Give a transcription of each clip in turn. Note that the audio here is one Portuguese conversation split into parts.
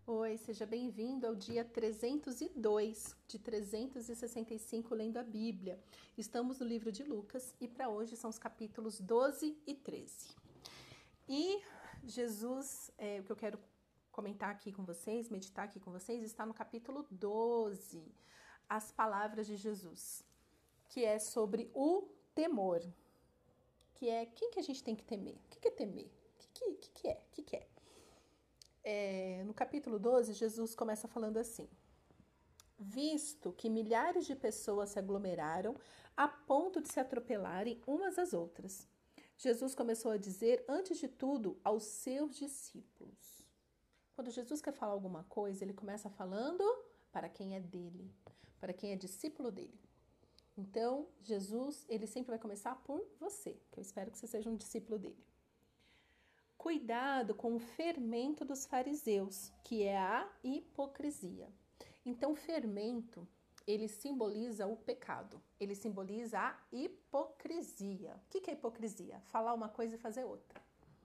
Oi, seja bem-vindo ao dia 302 de 365 lendo a Bíblia. Estamos no livro de Lucas e para hoje são os capítulos 12 e 13. E Jesus, o que eu quero comentar aqui com vocês, meditar aqui com vocês, está no capítulo 12, as palavras de Jesus, que é sobre o temor, que é quem que a gente tem que temer? O que é temer? O que é? No capítulo 12, Jesus começa falando assim: visto que milhares de pessoas se aglomeraram a ponto de se atropelarem umas às outras, Jesus começou a dizer, antes de tudo, aos seus discípulos. Quando Jesus quer falar alguma coisa, ele começa falando para quem é dele, para quem é discípulo dele. Então, Jesus, ele sempre vai começar por você, que eu espero que você seja um discípulo dele. Cuidado com o fermento dos fariseus, que é a hipocrisia. Então, fermento, ele simboliza o pecado, ele simboliza a hipocrisia. O que é hipocrisia? Falar uma coisa e fazer outra.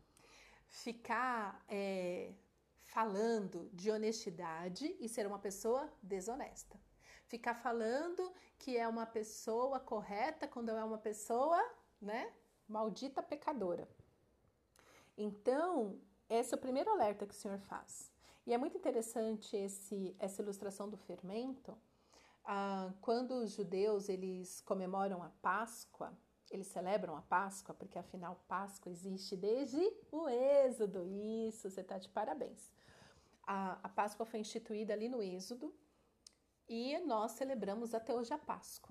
Ficar falando de honestidade e ser uma pessoa desonesta. Ficar falando que é uma pessoa correta quando é uma pessoa, maldita pecadora. Então, esse é o primeiro alerta que o Senhor faz. E é muito interessante essa ilustração do fermento. Quando os judeus eles comemoram a Páscoa, eles celebram a Páscoa, porque afinal Páscoa existe desde o Êxodo. Isso, você está de parabéns. A Páscoa foi instituída ali no Êxodo e nós celebramos até hoje a Páscoa.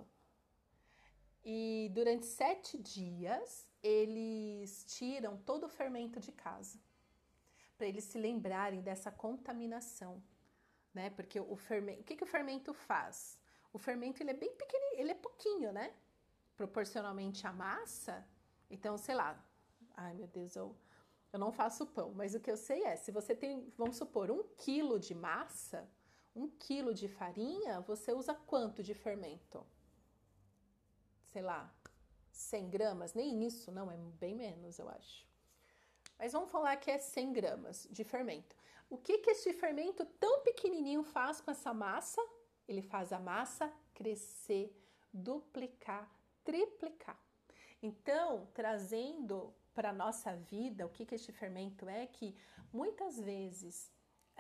E durante 7 dias, eles tiram todo o fermento de casa, para eles se lembrarem dessa contaminação, né? Porque o fermento, o que o fermento faz? O fermento ele é bem pequenininho, ele é pouquinho, né? Proporcionalmente à massa. Então, sei lá, ai meu Deus, eu não faço pão, mas o que eu sei é, se você tem, vamos supor, 1 quilo de massa, 1 quilo de farinha, você usa quanto de fermento? Sei lá, 100 gramas, nem isso, não, é bem menos, eu acho. Mas vamos falar que é 100 gramas de fermento. O que esse fermento tão pequenininho faz com essa massa? Ele faz a massa crescer, duplicar, triplicar. Então, trazendo para a nossa vida, o que este fermento é? Que muitas vezes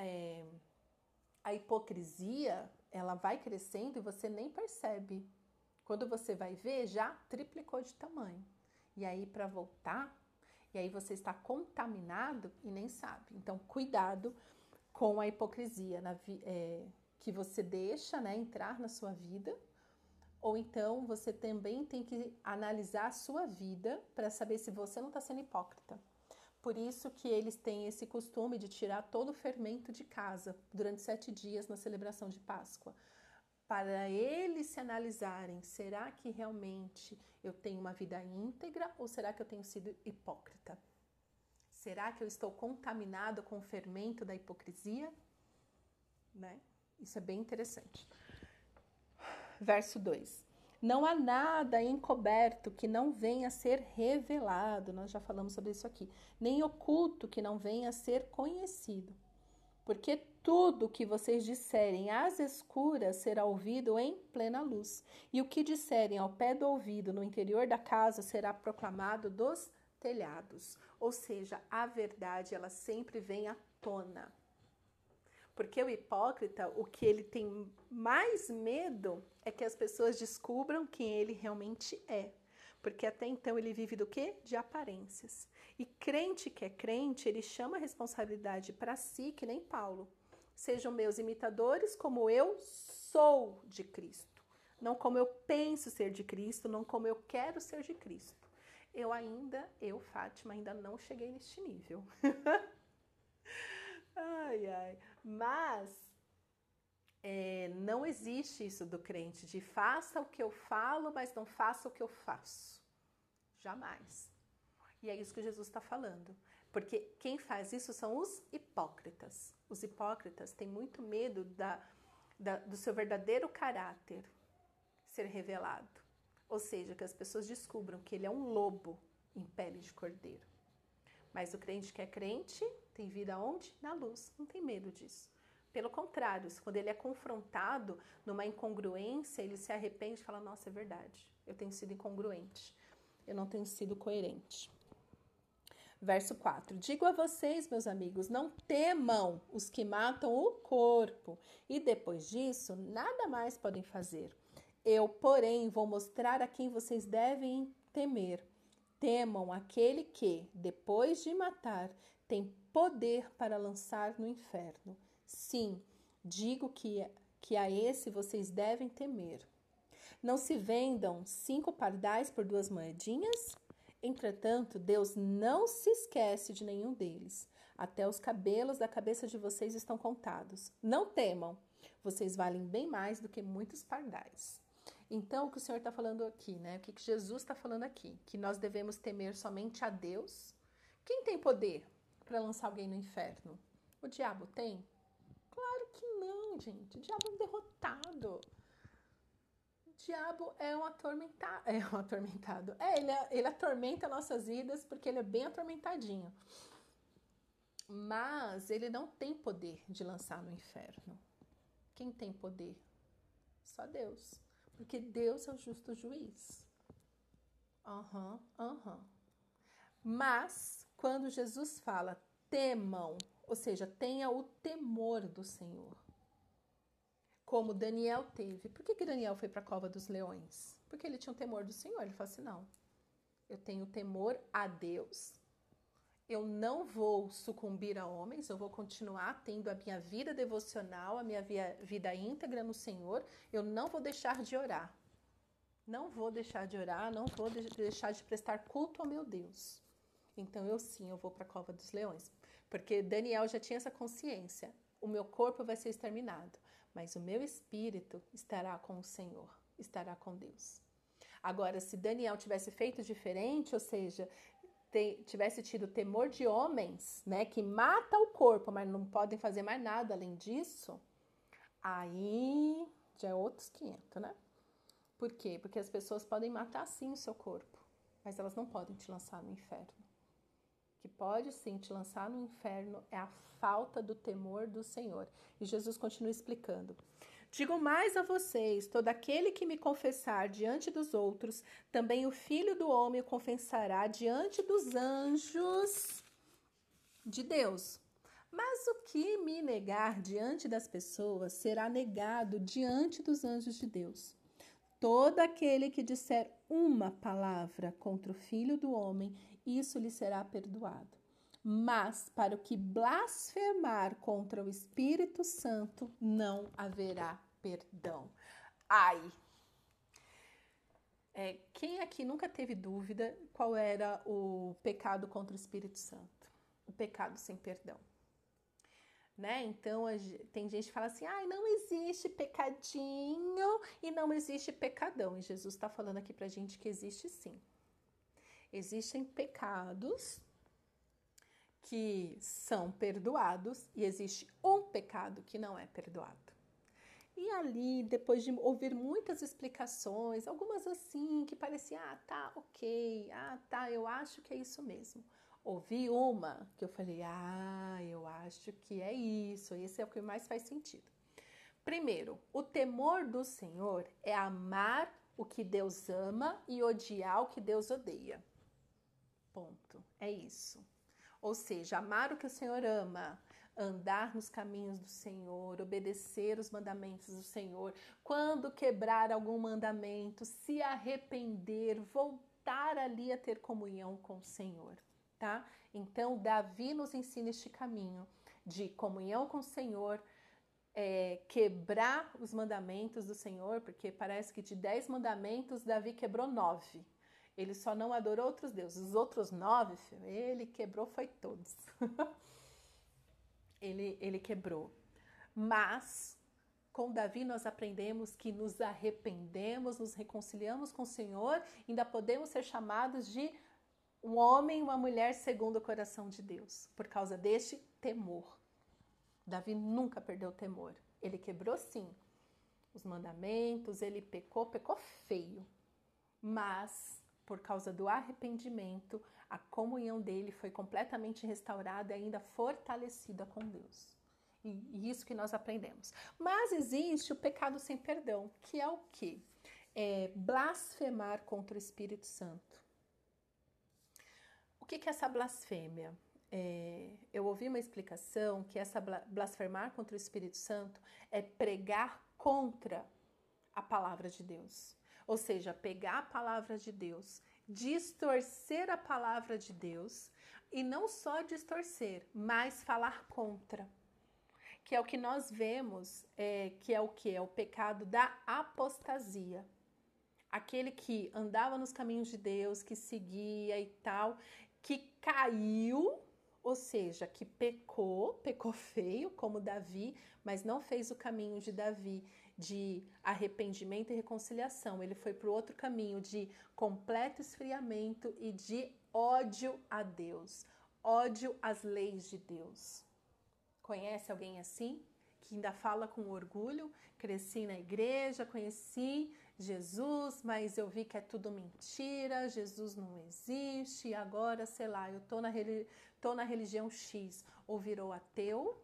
a hipocrisia, ela vai crescendo e você nem percebe. Quando você vai ver, já triplicou de tamanho. E aí, para voltar, e aí você está contaminado e nem sabe. Então, cuidado com a hipocrisia que você deixa entrar na sua vida. Ou então, você também tem que analisar a sua vida para saber se você não está sendo hipócrita. Por isso que eles têm esse costume de tirar todo o fermento de casa durante 7 dias na celebração de Páscoa. Para eles se analisarem, será que realmente eu tenho uma vida íntegra ou será que eu tenho sido hipócrita? Será que eu estou contaminado com o fermento da hipocrisia? Né? Isso é bem interessante. Verso 2. Não há nada encoberto que não venha a ser revelado, nós já falamos sobre isso aqui, nem oculto que não venha a ser conhecido. Porque tudo o que vocês disserem às escuras será ouvido em plena luz, e o que disserem ao pé do ouvido no interior da casa será proclamado dos telhados. Ou seja, a verdade ela sempre vem à tona. Porque o hipócrita, o que ele tem mais medo é que as pessoas descubram quem ele realmente é. Porque até então ele vive do quê? De aparências. E crente que é crente, ele chama a responsabilidade para si, que nem Paulo. Sejam meus imitadores como eu sou de Cristo. Não como eu penso ser de Cristo, não como eu quero ser de Cristo. Fátima, ainda não cheguei neste nível. Ai. Mas não existe isso do crente, de faça o que eu falo, mas não faça o que eu faço. Jamais. E é isso que Jesus está falando. Porque quem faz isso são os hipócritas. Os hipócritas têm muito medo do seu verdadeiro caráter ser revelado. Ou seja, que as pessoas descubram que ele é um lobo em pele de cordeiro. Mas o crente que é crente tem vida onde? Na luz. Não tem medo disso. Pelo contrário, quando ele é confrontado numa incongruência, ele se arrepende e fala, nossa, é verdade, eu tenho sido incongruente, eu não tenho sido coerente. Verso 4. Digo a vocês, meus amigos, não temam os que matam o corpo, e depois disso, nada mais podem fazer. Eu, porém, vou mostrar a quem vocês devem temer. Temam aquele que, depois de matar, tem poder para lançar no inferno. Sim, digo que a esse vocês devem temer. Não se vendam 5 pardais por 2 moedinhas? Entretanto, Deus não se esquece de nenhum deles. Até os cabelos da cabeça de vocês estão contados. Não temam, vocês valem bem mais do que muitos pardais. Então, o que o Senhor está falando aqui, né? O que Jesus está falando aqui? Que nós devemos temer somente a Deus. Quem tem poder para lançar alguém no inferno? O diabo tem? Claro que não, gente. O diabo é um derrotado. O diabo é um atormentado. Ele atormenta nossas vidas porque ele é bem atormentadinho. Mas ele não tem poder de lançar no inferno. Quem tem poder? Só Deus. Porque Deus é o justo juiz. Mas, quando Jesus fala temam, ou seja, tenha o temor do Senhor. Como Daniel teve. Por que Daniel foi para a cova dos leões? Porque ele tinha o temor do Senhor. Ele falou assim, não, eu tenho temor a Deus. Eu não vou sucumbir a homens, eu vou continuar tendo a minha vida devocional, a minha vida íntegra no Senhor. Eu não vou deixar de orar. Não vou deixar de orar, não vou deixar de prestar culto ao meu Deus. Então eu vou para a cova dos leões. Porque Daniel já tinha essa consciência. O meu corpo vai ser exterminado, mas o meu espírito estará com o Senhor, estará com Deus. Agora, se Daniel tivesse feito diferente, ou seja, tivesse tido temor de homens, né, que mata o corpo, mas não podem fazer mais nada além disso, aí já é outros 500, né? Por quê? Porque as pessoas podem matar sim o seu corpo, mas elas não podem te lançar no inferno. O que pode sim te lançar no inferno é a falta do temor do Senhor. E Jesus continua explicando. Digo mais a vocês, todo aquele que me confessar diante dos outros, também o Filho do Homem o confessará diante dos anjos de Deus. Mas o que me negar diante das pessoas será negado diante dos anjos de Deus. Todo aquele que disser uma palavra contra o Filho do Homem, isso lhe será perdoado. Mas para o que blasfemar contra o Espírito Santo, não haverá perdão. Ai! Quem aqui nunca teve dúvida qual era o pecado contra o Espírito Santo? O pecado sem perdão. Né? Então, tem gente que fala assim, não existe pecadinho e não existe pecadão. E Jesus está falando aqui pra gente que existe sim. Existem pecados que são perdoados e existe um pecado que não é perdoado. E ali, depois de ouvir muitas explicações, algumas assim, que parecia, tá, ok, tá, eu acho que é isso mesmo. Ouvi uma que eu falei, eu acho que é isso, esse é o que mais faz sentido. Primeiro, o temor do Senhor é amar o que Deus ama e odiar o que Deus odeia. Ponto, é isso. Ou seja, amar o que o Senhor ama, andar nos caminhos do Senhor, obedecer os mandamentos do Senhor, quando quebrar algum mandamento, se arrepender, voltar ali a ter comunhão com o Senhor. Tá? Então, Davi nos ensina este caminho de comunhão com o Senhor, quebrar os mandamentos do Senhor, porque parece que de 10 mandamentos, Davi quebrou 9. Ele só não adorou outros deuses. Os outros 9, ele quebrou, foi todos. ele quebrou. Mas, com Davi, nós aprendemos que nos arrependemos, nos reconciliamos com o Senhor, ainda podemos ser chamados de um homem e uma mulher segundo o coração de Deus, por causa deste temor. Davi nunca perdeu o temor. Ele quebrou sim os mandamentos, ele pecou feio. Mas, por causa do arrependimento, a comunhão dele foi completamente restaurada e ainda fortalecida com Deus. E isso que nós aprendemos. Mas existe o pecado sem perdão, que é o quê? É blasfemar contra o Espírito Santo. O que é essa blasfêmia? Eu ouvi uma explicação que essa blasfemar contra o Espírito Santo é pregar contra a palavra de Deus. Ou seja, pegar a palavra de Deus, distorcer a palavra de Deus, e não só distorcer, mas falar contra. Que é o que nós vemos, que é o que? É o pecado da apostasia. Aquele que andava nos caminhos de Deus, que seguia e tal, que caiu, ou seja, que pecou feio, como Davi, mas não fez o caminho de Davi, de arrependimento e reconciliação. Ele foi para o outro caminho de completo esfriamento e de ódio a Deus, ódio às leis de Deus. Conhece alguém assim? Que ainda fala com orgulho? Cresci na igreja, conheci Jesus, mas eu vi que é tudo mentira, Jesus não existe, e agora, sei lá, eu tô na religião X, ou virou ateu.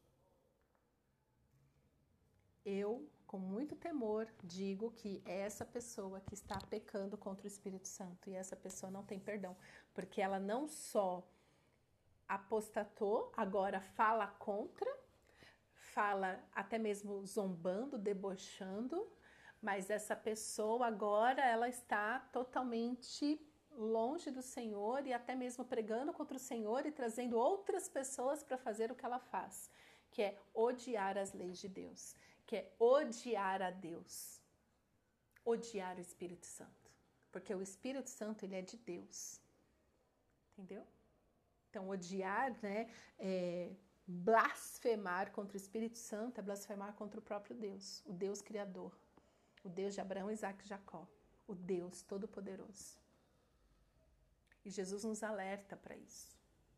Eu, com muito temor, digo que é essa pessoa que está pecando contra o Espírito Santo, e essa pessoa não tem perdão, porque ela não só apostatou, agora fala contra, fala até mesmo zombando, debochando, mas essa pessoa agora ela está totalmente longe do Senhor e até mesmo pregando contra o Senhor e trazendo outras pessoas para fazer o que ela faz, que é odiar as leis de Deus, que é odiar a Deus, odiar o Espírito Santo, porque o Espírito Santo ele é de Deus, entendeu? Então, odiar, né, blasfemar contra o Espírito Santo é blasfemar contra o próprio Deus, o Deus Criador, o Deus de Abraão, Isaac e Jacó, o Deus Todo-Poderoso. E Jesus nos alerta para isso.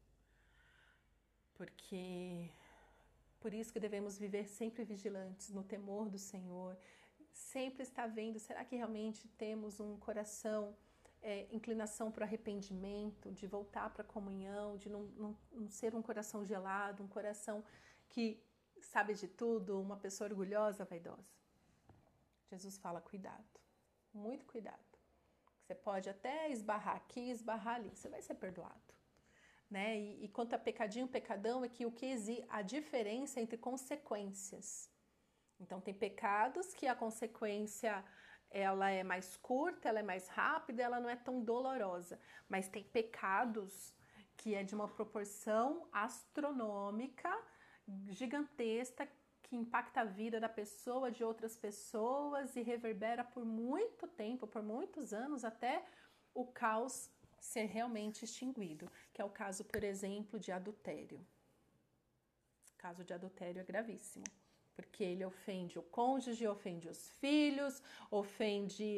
Por isso que devemos viver sempre vigilantes, no temor do Senhor, sempre estar vendo, será que realmente temos um coração inclinação para o arrependimento, de voltar para a comunhão, de não ser um coração gelado, um coração que sabe de tudo, uma pessoa orgulhosa, vaidosa. Jesus fala, cuidado, muito cuidado. Você pode até esbarrar aqui, esbarrar ali, você vai ser perdoado. Né? E quanto a pecadinho, pecadão, é que a diferença entre consequências. Então, tem pecados que a consequência ela é mais curta, ela é mais rápida, ela não é tão dolorosa. Mas tem pecados que é de uma proporção astronômica, gigantesca, que impacta a vida da pessoa, de outras pessoas e reverbera por muito tempo, por muitos anos, até o caos ser realmente extinguido, que é o caso, por exemplo, de adultério. O caso de adultério é gravíssimo. Porque ele ofende o cônjuge, ofende os filhos, ofende.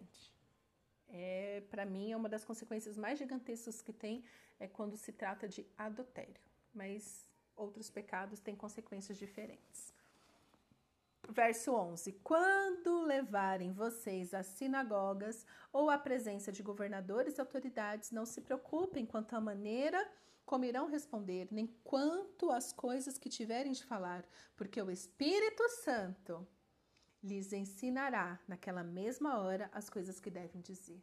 Para mim, é uma das consequências mais gigantescas que tem quando se trata de adultério. Mas outros pecados têm consequências diferentes. Verso 11. Quando levarem vocês às sinagogas ou à presença de governadores e autoridades, não se preocupem quanto à maneira como irão responder, nem quanto às coisas que tiverem de falar, porque o Espírito Santo lhes ensinará naquela mesma hora as coisas que devem dizer.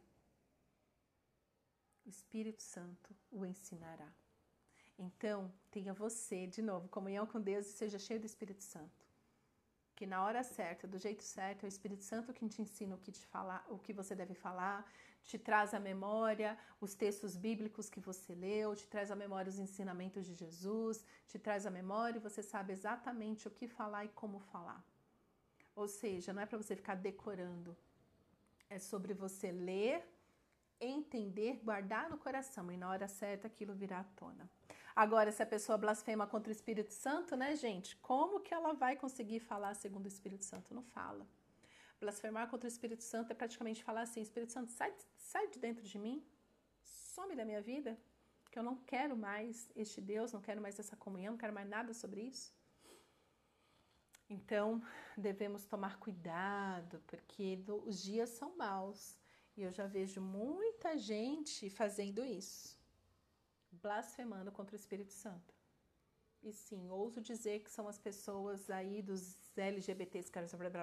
O Espírito Santo o ensinará. Então, tenha você, de novo, comunhão com Deus e seja cheio do Espírito Santo. Que na hora certa, do jeito certo, é o Espírito Santo que te ensina o que você deve falar, te traz à memória os textos bíblicos que você leu, te traz à memória os ensinamentos de Jesus, te traz à memória e você sabe exatamente o que falar e como falar. Ou seja, não é para você ficar decorando, é sobre você ler, entender, guardar no coração e na hora certa aquilo virá à tona. Agora, se a pessoa blasfema contra o Espírito Santo, né, gente? Como que ela vai conseguir falar segundo o Espírito Santo? Não fala. Blasfemar contra o Espírito Santo é praticamente falar assim, Espírito Santo, sai de dentro de mim, some da minha vida, que eu não quero mais este Deus, não quero mais essa comunhão, não quero mais nada sobre isso. Então, devemos tomar cuidado, porque os dias são maus. E eu já vejo muita gente fazendo isso. Blasfemando contra o Espírito Santo. e sim, ouso dizer que são as pessoas aí dos LGBTs,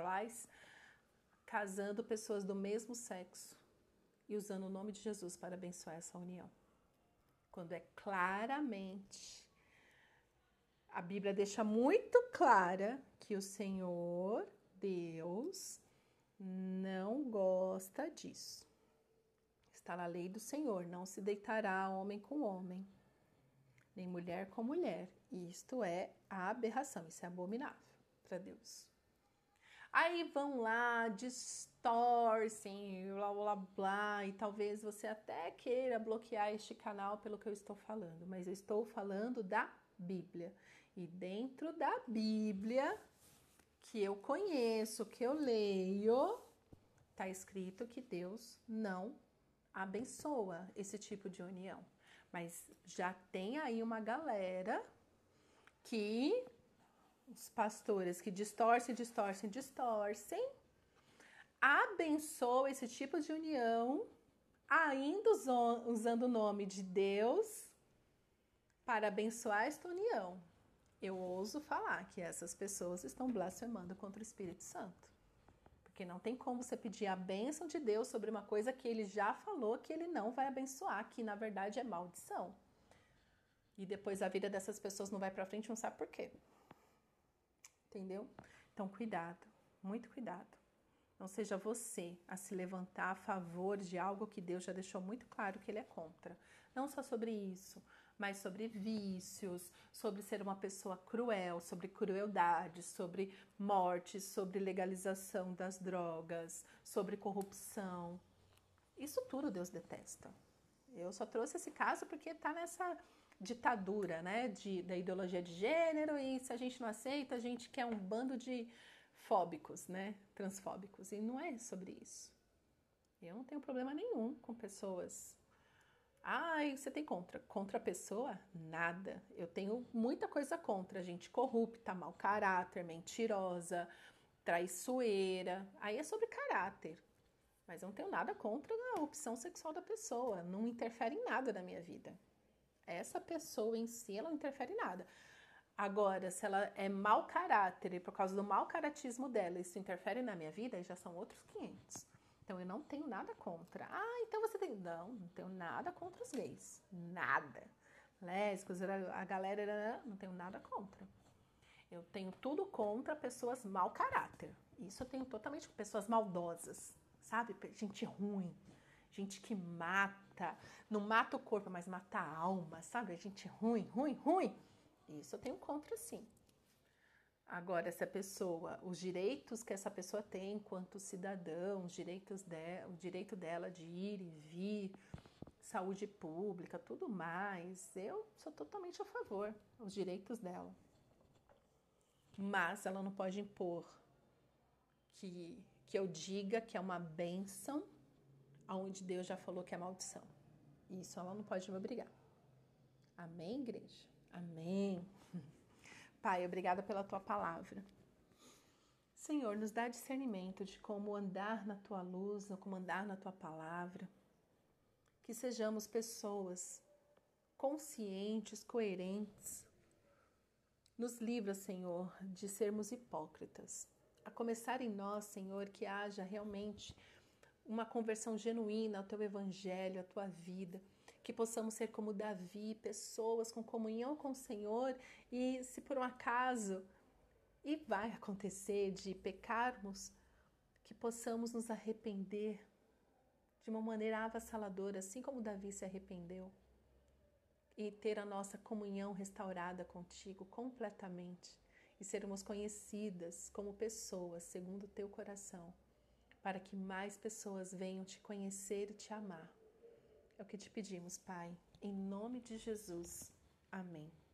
casando pessoas do mesmo sexo e usando o nome de Jesus para abençoar essa união. Quando é claramente, a Bíblia deixa muito clara que o Senhor, Deus, não gosta disso. Está na lei do Senhor, não se deitará homem com homem, nem mulher com mulher. Isto é a aberração, isso é abominável para Deus. Aí vão lá, distorcem, blá, blá, blá, e talvez você até queira bloquear este canal pelo que eu estou falando, mas eu estou falando da Bíblia. E dentro da Bíblia, que eu conheço, que eu leio, está escrito que Deus não abençoa esse tipo de união. Mas já tem aí uma galera que... os pastores que distorcem, abençoam esse tipo de união, ainda usando o nome de Deus para abençoar esta união. Eu ouso falar que essas pessoas estão blasfemando contra o Espírito Santo. Porque não tem como você pedir a bênção de Deus sobre uma coisa que ele já falou que ele não vai abençoar, que na verdade é maldição. E depois a vida dessas pessoas não vai para frente, não sabe por quê. Entendeu? Então, cuidado, muito cuidado. Não seja você a se levantar a favor de algo que Deus já deixou muito claro que ele é contra. Não só sobre isso, mas sobre vícios, sobre ser uma pessoa cruel, sobre crueldade, sobre morte, sobre legalização das drogas, sobre corrupção. Isso tudo Deus detesta. Eu só trouxe esse caso porque está nessa ditadura, né, da ideologia de gênero, e se a gente não aceita, a gente quer um bando de fóbicos, né, transfóbicos, e não é sobre isso. Eu não tenho problema nenhum com pessoas. Ai, você tem contra a pessoa? Nada. Eu tenho muita coisa contra, gente corrupta, mau caráter, mentirosa, traiçoeira, aí é sobre caráter. Mas eu não tenho nada contra a opção sexual da pessoa, não interfere em nada na minha vida. Essa pessoa em si, ela não interfere em nada. Agora, se ela é mau caráter e por causa do mau caratismo dela isso interfere na minha vida, aí já são outros 500. Então, eu não tenho nada contra. Ah, então você tem... Não tenho nada contra os gays. Nada. Lésbicos, a galera... Não tenho nada contra. Eu tenho tudo contra pessoas mau caráter. Isso eu tenho totalmente com pessoas maldosas, sabe? Gente ruim. Gente que mata, não mata o corpo, mas mata a alma, sabe? Gente ruim. Isso eu tenho contra, sim. Agora, essa pessoa, os direitos que essa pessoa tem enquanto cidadão, o direito dela de ir e vir, saúde pública, tudo mais, eu sou totalmente a favor dos direitos dela. Mas ela não pode impor que eu diga que é uma bênção onde Deus já falou que é maldição. Isso ela não pode me obrigar. Amém, igreja? Amém. Pai, obrigada pela tua palavra. Senhor, nos dá discernimento de como andar na tua luz, como andar na tua palavra. Que sejamos pessoas conscientes, coerentes. Nos livra, Senhor, de sermos hipócritas. A começar em nós, Senhor, que haja realmente uma conversão genuína ao teu evangelho, à tua vida, que possamos ser como Davi, pessoas com comunhão com o Senhor, e se por um acaso, e vai acontecer de pecarmos, que possamos nos arrepender de uma maneira avassaladora, assim como Davi se arrependeu, e ter a nossa comunhão restaurada contigo completamente, e sermos conhecidas como pessoas segundo o teu coração, para que mais pessoas venham te conhecer e te amar. É o que te pedimos, Pai, em nome de Jesus. Amém.